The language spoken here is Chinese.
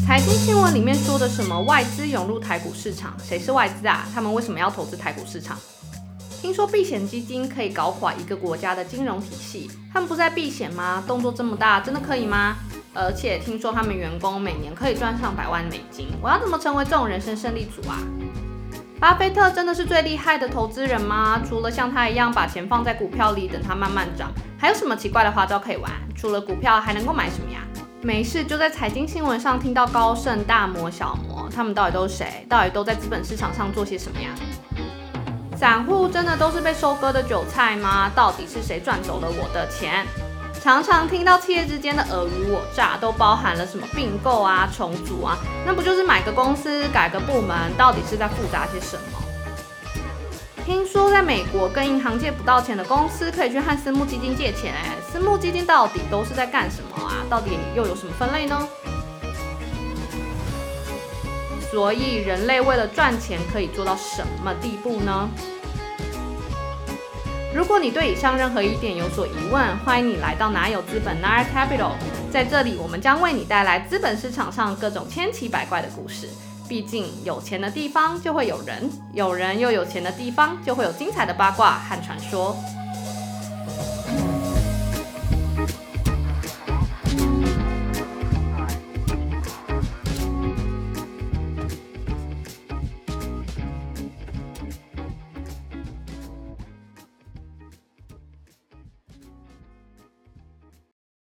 财经新闻里面说的什么外资涌入台股市场，谁是外资啊？他们为什么要投资台股市场？听说避险基金可以搞垮一个国家的金融体系，他们不是在避险吗？动作这么大，真的可以吗？而且听说他们员工每年可以赚上100万美金，我要怎么成为这种人生胜利组啊？巴菲特真的是最厉害的投资人吗？除了像他一样把钱放在股票里等它慢慢涨，还有什么奇怪的花招可以玩？除了股票还能够买什么呀？没事就在财经新闻上听到高盛、大摩、小摩，他们到底都是谁？到底都在资本市场上做些什么呀？散户真的都是被收割的韭菜吗？到底是谁赚走了我的钱？常常听到企业之间的尔虞我诈，都包含了什么并购啊、重组啊，那不就是买个公司、改个部门，到底是在复杂些什么？听说在美国跟银行借不到钱的公司，可以去和私募基金借钱，私募基金到底都是在干什么啊？到底又有什么分类呢？所以人类为了赚钱可以做到什么地步呢？如果你对以上任何一点有所疑问，欢迎你来到哪有资本 Nara Capital， 在这里我们将为你带来资本市场上各种千奇百怪的故事。毕竟有钱的地方就会有人，有人又有钱的地方就会有精彩的八卦和传说。